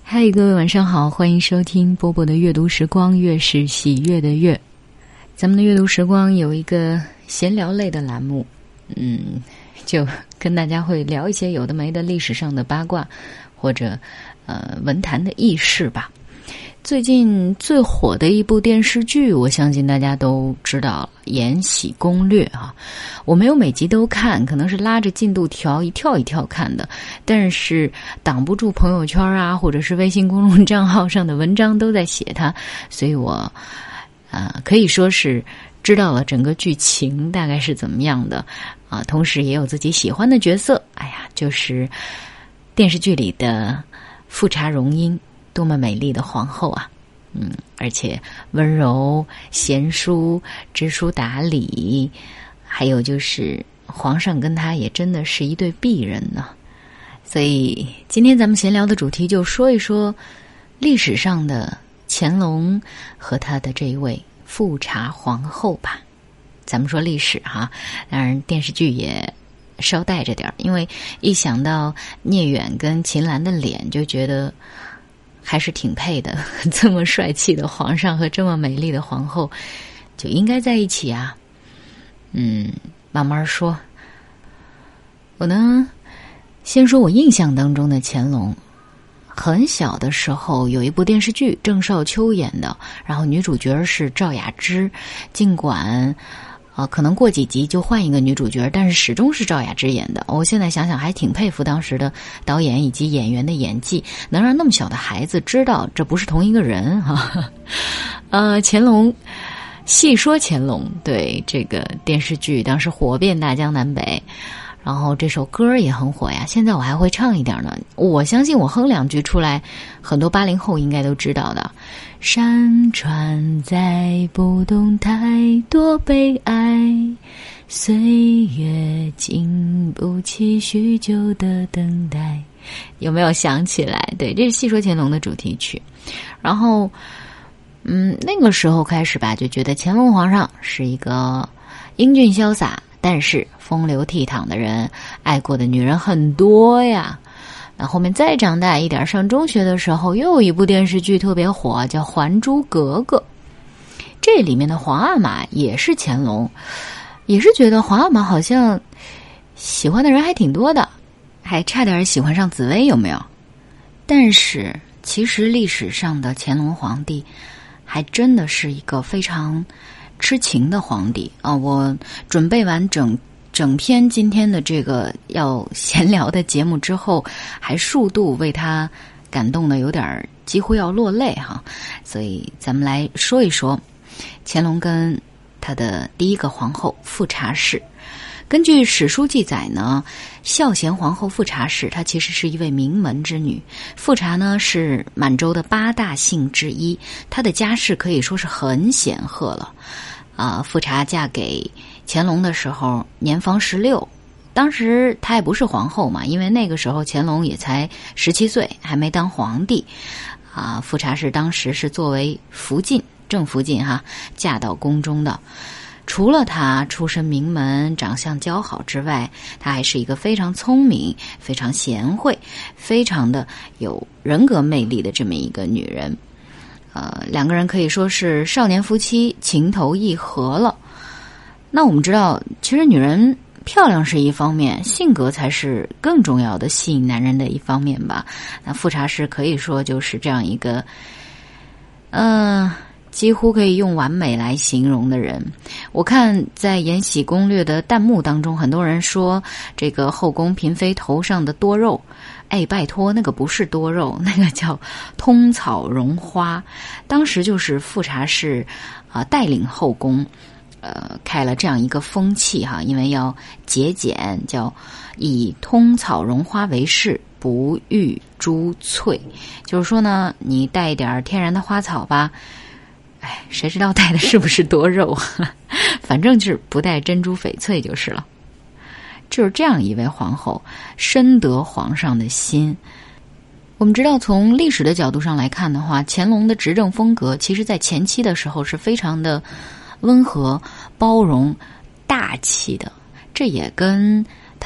嗨，各位晚上好，欢迎收听波波的阅读时光，月是喜悦的月。咱们的阅读时光有一个闲聊类的栏目，就跟大家会聊一些有的没的历史上的八卦，或者文坛的轶事吧。最近最火的一部电视剧，我相信大家都知道了，《延禧攻略》啊。我没有每集都看，可能是拉着进度条一跳一跳看的，但是挡不住朋友圈啊，或者是微信公众账号上的文章都在写它，所以我可以说是知道了整个剧情大概是怎么样的啊，同时也有自己喜欢的角色。就是电视剧里的富察容音，多么美丽的皇后啊！而且温柔贤淑、知书达理，还有就是皇上跟她也真的是一对璧人呢。所以今天咱们闲聊的主题就说一说历史上的乾隆和他的这一位富察皇后吧。咱们说历史哈，当然电视剧也稍带着点，因为一想到聂远跟秦岚的脸，就觉得还是挺配的，这么帅气的皇上和这么美丽的皇后就应该在一起啊。慢慢说。我呢先说我印象当中的乾隆。很小的时候有一部电视剧，郑少秋演的，然后女主角是赵雅芝，尽管可能过几集就换一个女主角，但是始终是赵雅芝演的。我现在想想还挺佩服当时的导演以及演员的演技，能让那么小的孩子知道这不是同一个人哈。乾隆，细说乾隆，对，这个电视剧当时火遍大江南北，然后这首歌也很火呀，现在我还会唱一点呢。我相信我哼两句出来，很多80后应该都知道的。山川载不动太多悲哀，岁月经不起许久的等待。有没有想起来？对，这是戏说乾隆的主题曲。然后那个时候开始吧，就觉得乾隆皇上是一个英俊潇洒但是风流倜傥的人，爱过的女人很多呀。那后面再长大一点，上中学的时候又有一部电视剧特别火，叫《还珠格格》。这里面的皇阿玛也是乾隆，也是觉得皇阿玛好像喜欢的人还挺多的，还差点喜欢上紫薇，有没有？但是其实历史上的乾隆皇帝还真的是一个非常痴情的皇帝啊！我准备完整篇今天的这个要闲聊的节目之后，还数度为他感动的有点几乎要落泪哈。所以咱们来说一说乾隆跟他的第一个皇后富察氏。根据史书记载呢，孝贤皇后富察氏她其实是一位名门之女。富察呢是满洲的8大姓之一，她的家世可以说是很显赫了。富察嫁给乾隆的时候年方16，当时她也不是皇后嘛，因为那个时候乾隆也才17岁，还没当皇帝。富察氏当时是作为正福晋嫁到宫中的。除了她出身名门、长相姣好之外，她还是一个非常聪明、非常贤惠、非常的有人格魅力的这么一个女人。两个人可以说是少年夫妻，情投意合了。那我们知道，其实女人漂亮是一方面，性格才是更重要的吸引男人的一方面吧。那富察氏可以说就是这样一个几乎可以用完美来形容的人。我看在《延禧攻略》的弹幕当中，很多人说这个后宫嫔妃头上的多肉，拜托，那个不是多肉，那个叫通草绒花。当时就是富察氏带领后宫开了这样一个风气哈，因为要节俭，叫以通草绒花为饰，不育珠翠。就是说呢，你带一点天然的花草吧，谁知道带的是不是多肉反正就是不带珍珠翡翠就是了。就是这样一位皇后，深得皇上的心。我们知道，从历史的角度上来看的话，乾隆的执政风格其实在前期的时候是非常的温和、包容、大气的，这也跟他的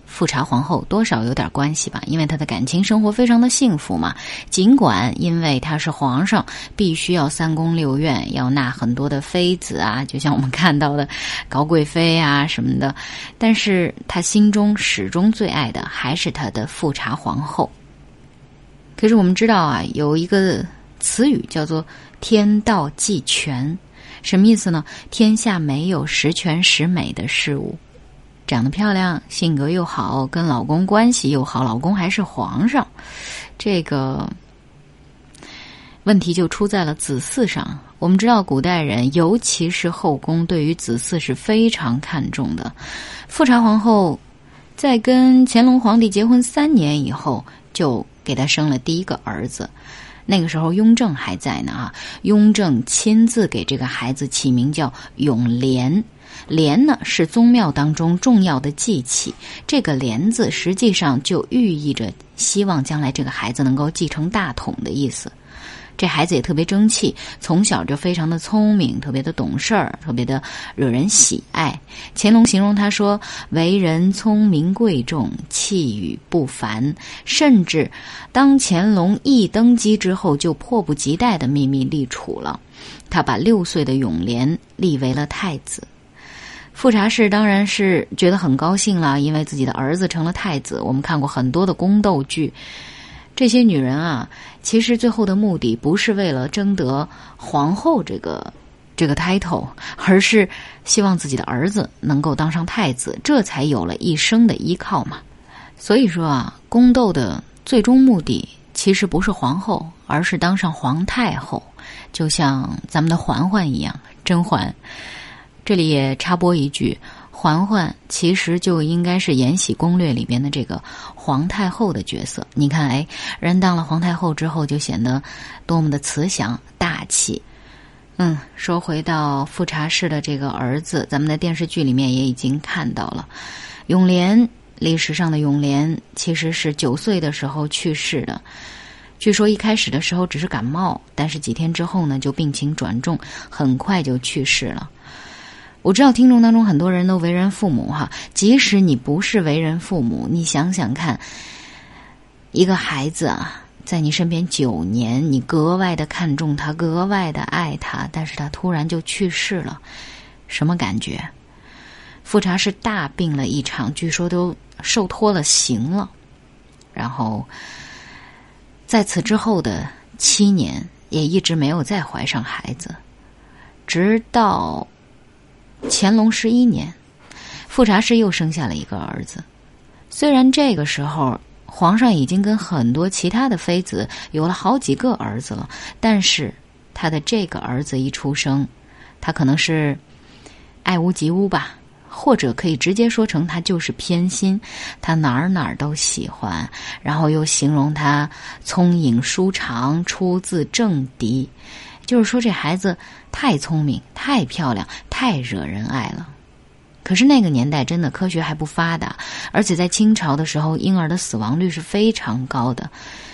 富察皇后多少有点关系吧，因为她的感情生活非常的幸福嘛。尽管因为她是皇上，必须要三宫六院，要纳很多的妃子啊，就像我们看到的高贵妃啊什么的，但是她心中始终最爱的还是她的富察皇后。可是我们知道啊，有一个词语叫做天道既全，什么意思呢？天下没有十全十美的事物，长得漂亮，性格又好，跟老公关系又好，老公还是皇上，这个问题就出在了子嗣上。我们知道古代人，尤其是后宫，对于子嗣是非常看重的。富察皇后在跟乾隆皇帝结婚3年以后，就给他生了第一个儿子。那个时候雍正还在呢啊，雍正亲自给这个孩子起名叫永琏。琏呢是宗庙当中重要的祭器，这个琏字实际上就寓意着希望将来这个孩子能够继承大统的意思。这孩子也特别争气，从小就非常的聪明，特别的懂事儿，特别的惹人喜爱。乾隆形容他说，为人聪明贵重，气宇不凡，甚至当乾隆一登基之后，就迫不及待的秘密立储了，他把6岁的永琏立为了太子。富察氏当然是觉得很高兴了，因为自己的儿子成了太子。我们看过很多的宫斗剧，这些女人啊，其实最后的目的不是为了争得皇后这个 title， 而是希望自己的儿子能够当上太子，这才有了一生的依靠嘛。所以说啊，宫斗的最终目的其实不是皇后，而是当上皇太后，就像咱们的嬛嬛一样，甄嬛。这里也插播一句，嬛嬛其实就应该是《延禧攻略》里边的这个皇太后的角色。你看，人当了皇太后之后，就显得多么的慈祥大气。说回到富察氏的这个儿子，咱们在电视剧里面也已经看到了，永琏，历史上的永琏其实是9岁的时候去世的。据说一开始的时候只是感冒，但是几天之后呢，就病情转重，很快就去世了。我知道听众当中很多人都为人父母哈，即使你不是为人父母，你想想看，一个孩子啊，在你身边9年，你格外的看重他，格外的爱他，但是他突然就去世了，什么感觉？富察氏大病了一场，据说都受托了刑了，然后在此之后的7年也一直没有再怀上孩子，直到乾隆11年，富察氏又生下了一个儿子。虽然这个时候皇上已经跟很多其他的妃子有了好几个儿子了，但是他的这个儿子一出生，他可能是爱屋及乌吧，或者可以直接说成他就是偏心，他哪儿都喜欢，然后又形容他聪颖舒长，出自正嫡，就是说这孩子太聪明，太漂亮，太惹人爱了。可是那个年代真的科学还不发达，而且在清朝的时候，婴儿的死亡率是非常高的。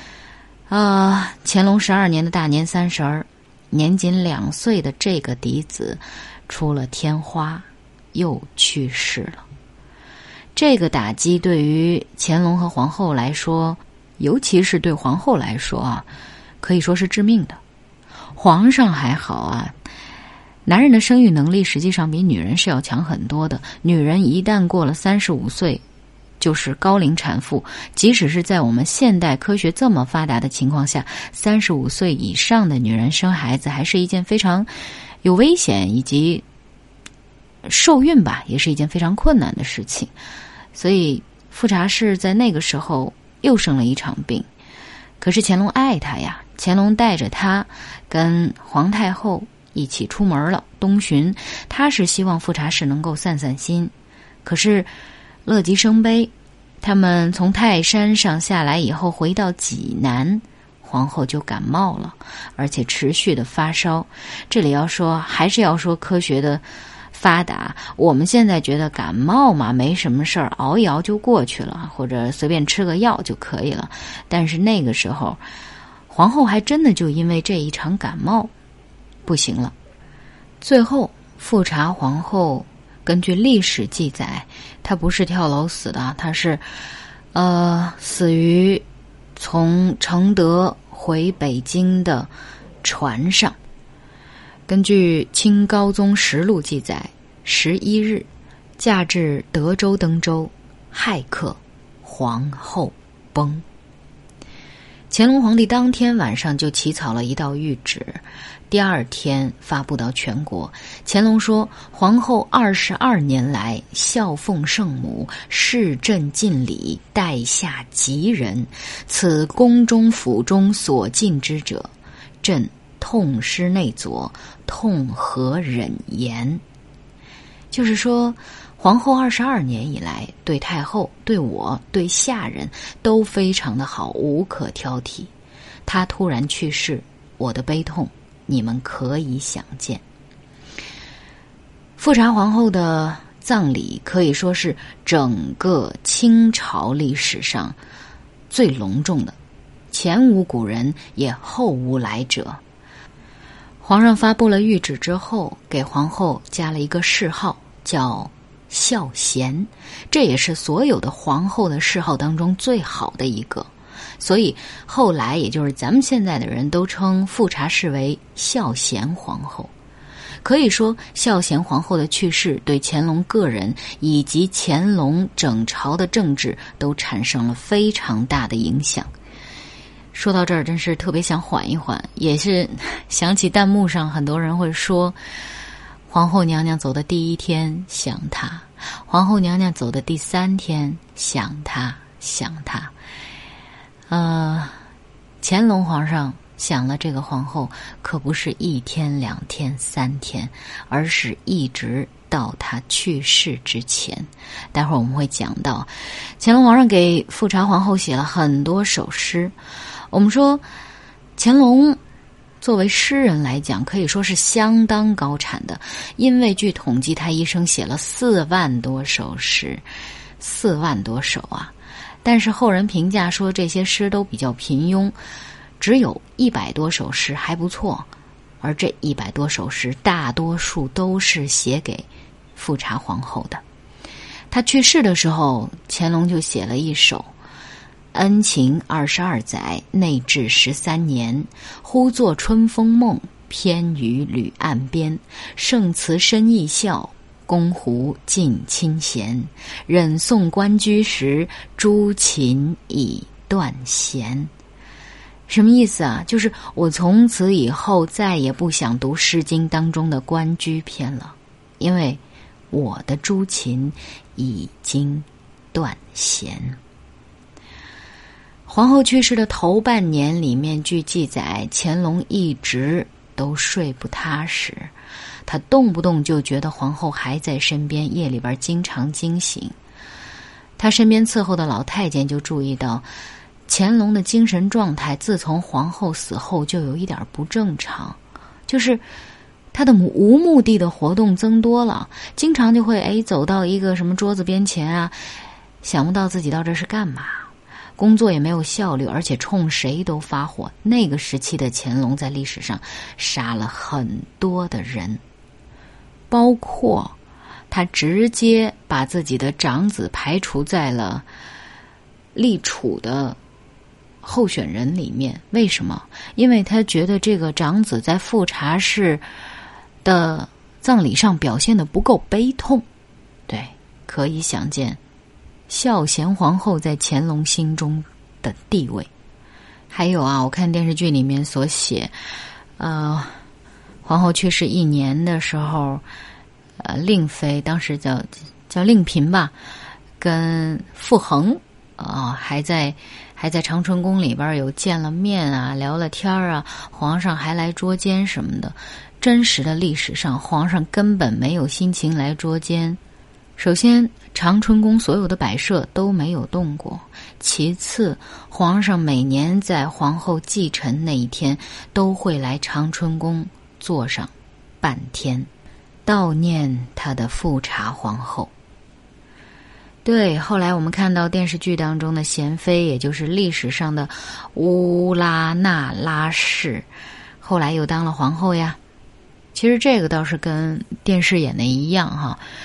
乾隆12年的大年30，年仅2岁的这个嫡子出了天花，又去世了。这个打击对于乾隆和皇后来说，尤其是对皇后来说啊，可以说是致命的。皇上还好啊，男人的生育能力实际上比女人是要强很多的。女人一旦过了35岁，就是高龄产妇。即使是在我们现代科学这么发达的情况下，35岁以上的女人生孩子还是一件非常有危险，以及受孕吧，也是一件非常困难的事情。所以富察氏在那个时候又生了一场病。可是乾隆爱她呀，乾隆带着她跟皇太后一起出门了，东巡。他是希望富察氏能够散散心，可是乐极生悲，他们从泰山上下来以后，回到济南，皇后就感冒了，而且持续的发烧。这里还是要说科学的发达。我们现在觉得感冒嘛没什么事儿，熬一熬就过去了，或者随便吃个药就可以了。但是那个时候皇后还真的就因为这一场感冒不行了。最后富察皇后根据历史记载，他不是跳楼死的，他是死于从承德回北京的船上。根据《清高宗实录》记载，11日驾至德州登州，骇客，皇后崩。乾隆皇帝当天晚上就起草了一道谕旨，第二天发布到全国。乾隆说，皇后22年来孝奉圣母，视朕尽礼，待下吉人，此宫中府中所尽之者，朕痛失内左，痛何忍言。就是说，皇后22年以来，对太后、对我、对下人都非常的好，无可挑剔。她突然去世，我的悲痛你们可以想见。富察皇后的葬礼可以说是整个清朝历史上最隆重的，前无古人，也后无来者。皇上发布了谕旨之后，给皇后加了一个谥号，叫孝贤，这也是所有的皇后的谥号当中最好的一个。所以后来也就是咱们现在的人都称富察氏为孝贤皇后。可以说，孝贤皇后的去世对乾隆个人以及乾隆整朝的政治都产生了非常大的影响。说到这儿真是特别想缓一缓，也是想起弹幕上很多人会说，皇后娘娘走的第一天想她，皇后娘娘走的第3天想她。乾隆皇上想了这个皇后，可不是1天2天3天，而是一直到她去世之前。待会儿我们会讲到，乾隆皇上给富察皇后写了很多首诗。我们说，乾隆作为诗人来讲，可以说是相当高产的，因为据统计，他一生写了4万多首诗，4万多首啊！但是后人评价说，这些诗都比较平庸，只有100多首诗还不错，而这100多首诗大多数都是写给富察皇后的。他去世的时候，乾隆就写了一首：恩情22载，内治13年。忽作春风梦，偏于旅岸边。圣慈深义孝，宫湖尽清闲。忍诵官居时，诸琴已断弦。什么意思啊？就是我从此以后再也不想读《诗经》当中的关雎篇了，因为我的诸琴已经断弦。皇后去世的头半年里面，据记载，乾隆一直都睡不踏实，他动不动就觉得皇后还在身边，夜里边经常惊醒。他身边伺候的老太监就注意到，乾隆的精神状态自从皇后死后就有一点不正常，就是他的无目的的活动增多了，经常就会走到一个什么桌子边前啊，想不到自己到这是干嘛，工作也没有效率，而且冲谁都发火。那个时期的乾隆在历史上杀了很多的人，包括他直接把自己的长子排除在了立储的候选人里面。为什么？因为他觉得这个长子在富察氏的葬礼上表现得不够悲痛。对，可以想见孝贤皇后在乾隆心中的地位。还有啊，我看电视剧里面所写，皇后去世1年的时候，令妃当时叫令嫔吧，跟傅恒还在长春宫里边有见了面啊，聊了天啊，皇上还来捉奸什么的。真实的历史上，皇上根本没有心情来捉奸。首先，长春宫所有的摆设都没有动过。其次，皇上每年在皇后忌辰那一天都会来长春宫坐上半天，悼念他的富察皇后。对，后来我们看到电视剧当中的贤妃，也就是历史上的乌拉那拉氏，后来又当了皇后呀。其实这个倒是跟电视演的一样哈。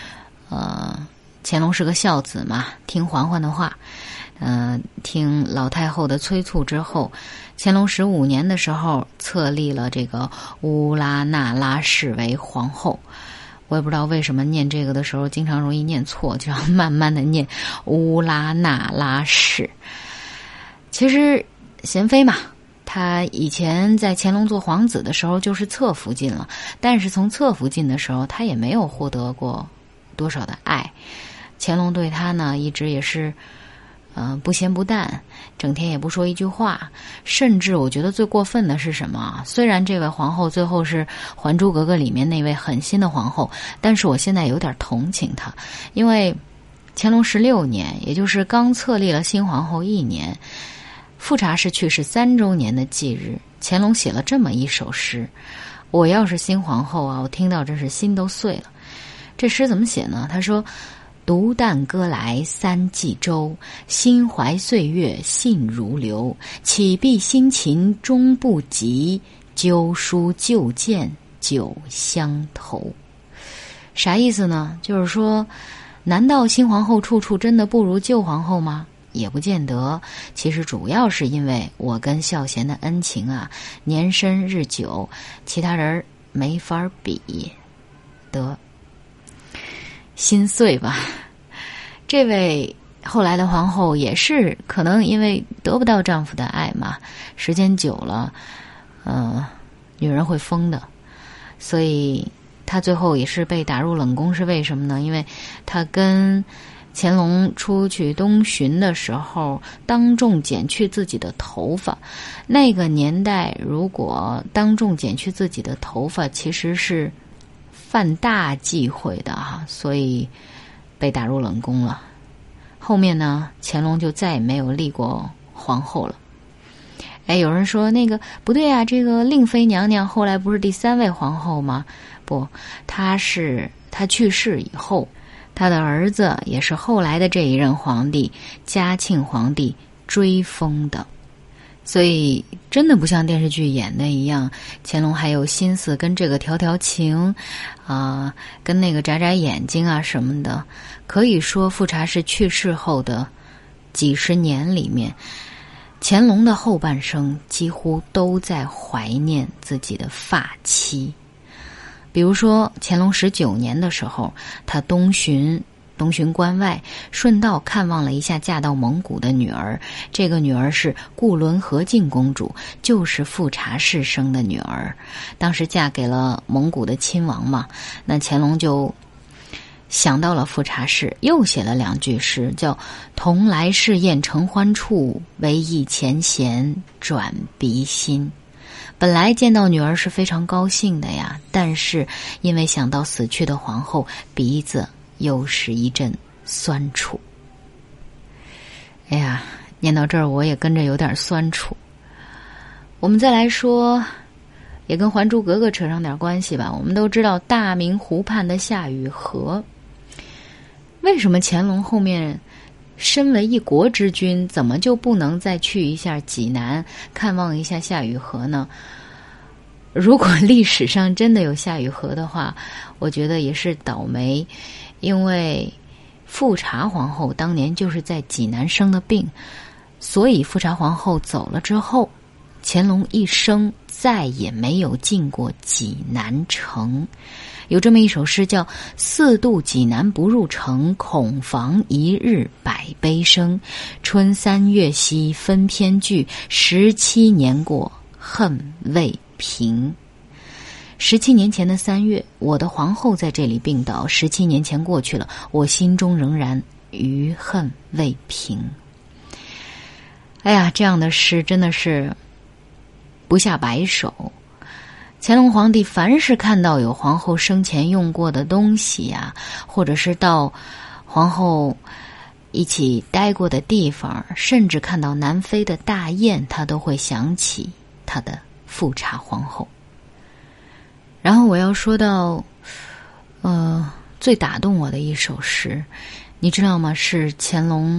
乾隆是个孝子嘛，听嬛嬛的话，听老太后的催促之后，乾隆15年的时候册立了这个乌拉那拉氏为皇后。我也不知道为什么念这个的时候经常容易念错，就要慢慢的念乌拉那拉氏。其实娴妃嘛，她以前在乾隆做皇子的时候就是侧福晋了，但是从侧福晋的时候她也没有获得过多少的爱。乾隆对她呢一直也是不咸不淡，整天也不说一句话。甚至我觉得最过分的是什么？虽然这位皇后最后是《还珠格格》里面那位狠心的皇后，但是我现在有点同情她，因为乾隆16年，也就是刚册立了新皇后1年，富察氏去世3周年的忌日，乾隆写了这么一首诗。我要是新皇后啊，我听到真是心都碎了。这诗怎么写呢？他说：独旦歌来3季洲，心怀岁月信如流。启毕新琴终不及，旧书旧剑酒相投。啥意思呢？就是说，难道新皇后处处真的不如旧皇后吗？也不见得。其实主要是因为我跟孝贤的恩情啊，年深日久，其他人没法比。得心碎吧。这位后来的皇后也是可能因为得不到丈夫的爱嘛，时间久了女人会疯的，所以她最后也是被打入冷宫。是为什么呢？因为她跟乾隆出去东巡的时候当众剪去自己的头发。那个年代如果当众剪去自己的头发其实是犯大忌讳的所以被打入冷宫了。后面呢，乾隆就再也没有立过皇后了。有人说那个不对啊，这个令妃娘娘后来不是第3位皇后吗？不，她去世以后，她的儿子也是后来的这一任皇帝嘉庆皇帝追封的。所以真的不像电视剧演的一样，乾隆还有心思跟这个调调情跟那个眨眨眼睛啊什么的。可以说富察氏去世后的几十年里面，乾隆的后半生几乎都在怀念自己的发妻。比如说乾隆19年的时候，他东巡关外，顺道看望了一下嫁到蒙古的女儿。这个女儿是固伦和敬公主，就是富察氏生的女儿。当时嫁给了蒙古的亲王嘛，那乾隆就想到了富察氏，又写了2句诗，叫同来试宴承欢处，唯忆前嫌转鼻心。本来见到女儿是非常高兴的呀，但是因为想到死去的皇后，鼻子又是一阵酸楚。哎呀，念到这儿我也跟着有点酸楚。我们再来说，也跟《还珠格格》扯上点关系吧。我们都知道大明湖畔的夏雨荷，为什么乾隆后面身为一国之君，怎么就不能再去一下济南看望一下夏雨荷呢？如果历史上真的有夏雨荷的话，我觉得也是倒霉。因为富察皇后当年就是在济南生的病，所以富察皇后走了之后，乾隆一生再也没有进过济南城。有这么一首诗叫4渡济南不入城，恐防1日百悲生。春3月兮分篇句，17年过恨未平。17年前的3月，我的皇后在这里病倒，17年前过去了，我心中仍然余恨未平。哎呀，这样的诗真的是不下白首。乾隆皇帝凡是看到有皇后生前用过的东西呀，或者是到皇后一起待过的地方，甚至看到南妃的大宴，他都会想起他的富察皇后。然后我要说到最打动我的一首诗，你知道吗？是乾隆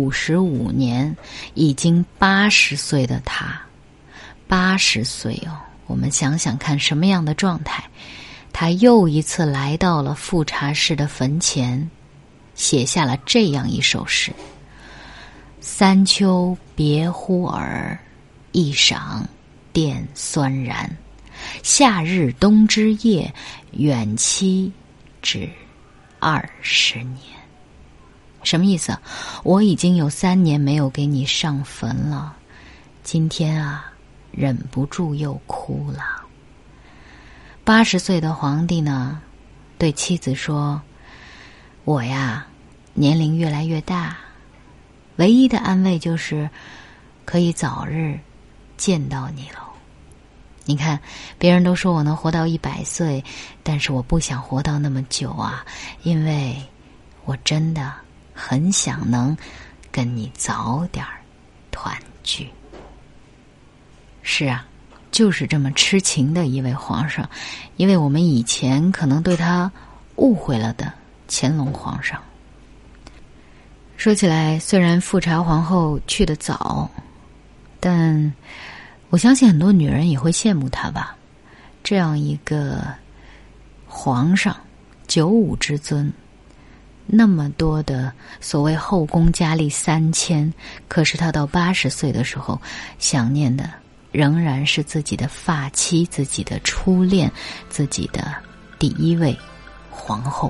55年，已经80岁的他，80岁哦，我们想想看什么样的状态。 他又一次来到了富察氏的坟前，写下了这样一首诗：三秋别忽耳，一晌电酸然。夏日冬之夜，远期至20年。什么意思？我已经有3年没有给你上坟了，今天啊，忍不住又哭了。80岁的皇帝呢，对妻子说：我呀，年龄越来越大，唯一的安慰就是可以早日见到你了。你看，别人都说我能活到100岁，但是我不想活到那么久啊，因为我真的很想能跟你早点团聚。是啊，就是这么痴情的一位皇上，一位我们以前可能对他误会了的乾隆皇上。说起来，虽然富察皇后去得早，但我相信很多女人也会羡慕他吧。这样一个皇上，95之尊，那么多的所谓后宫佳丽3000，可是他到80岁的时候，想念的仍然是自己的发妻、自己的初恋、自己的第1位皇后。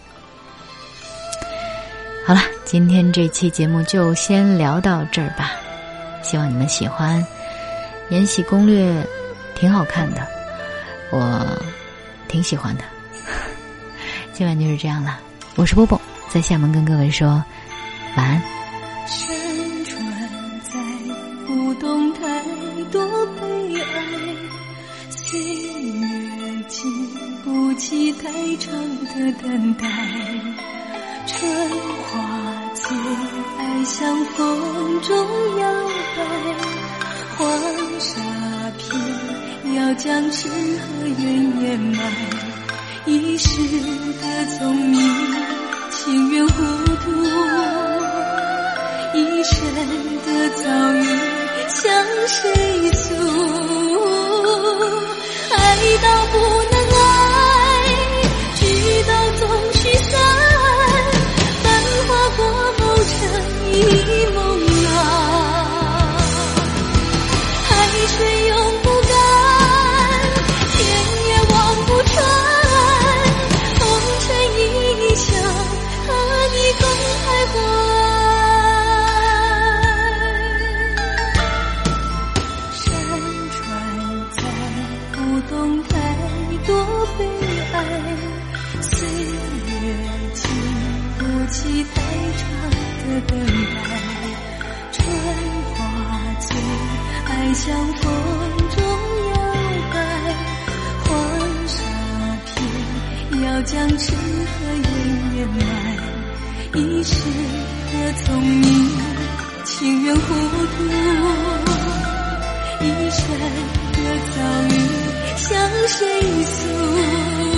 好了，今天这期节目就先聊到这儿吧，希望你们喜欢。延禧攻略挺好看的，我挺喜欢的。今晚就是这样了，我是波波，在厦门跟各位说晚安。 山川在不动太多悲哀，岁月经不起太长的等待，春花最爱向风中摇摆，黄沙片要将痴和怨掩埋，一时的聪明情愿糊涂，一生的遭遇向谁诉？爱到不能爱，聚到总须散，繁华过某成一梦啊，海水永不干，天也望不穿，红尘一笑，和你共徘徊。山川在不动太多悲哀，岁月经不起太长的等待，春花最爱向风中摇摆，黄沙片要将痴和怨掩埋，一时的聪明情愿糊涂，一生的遭遇向谁诉？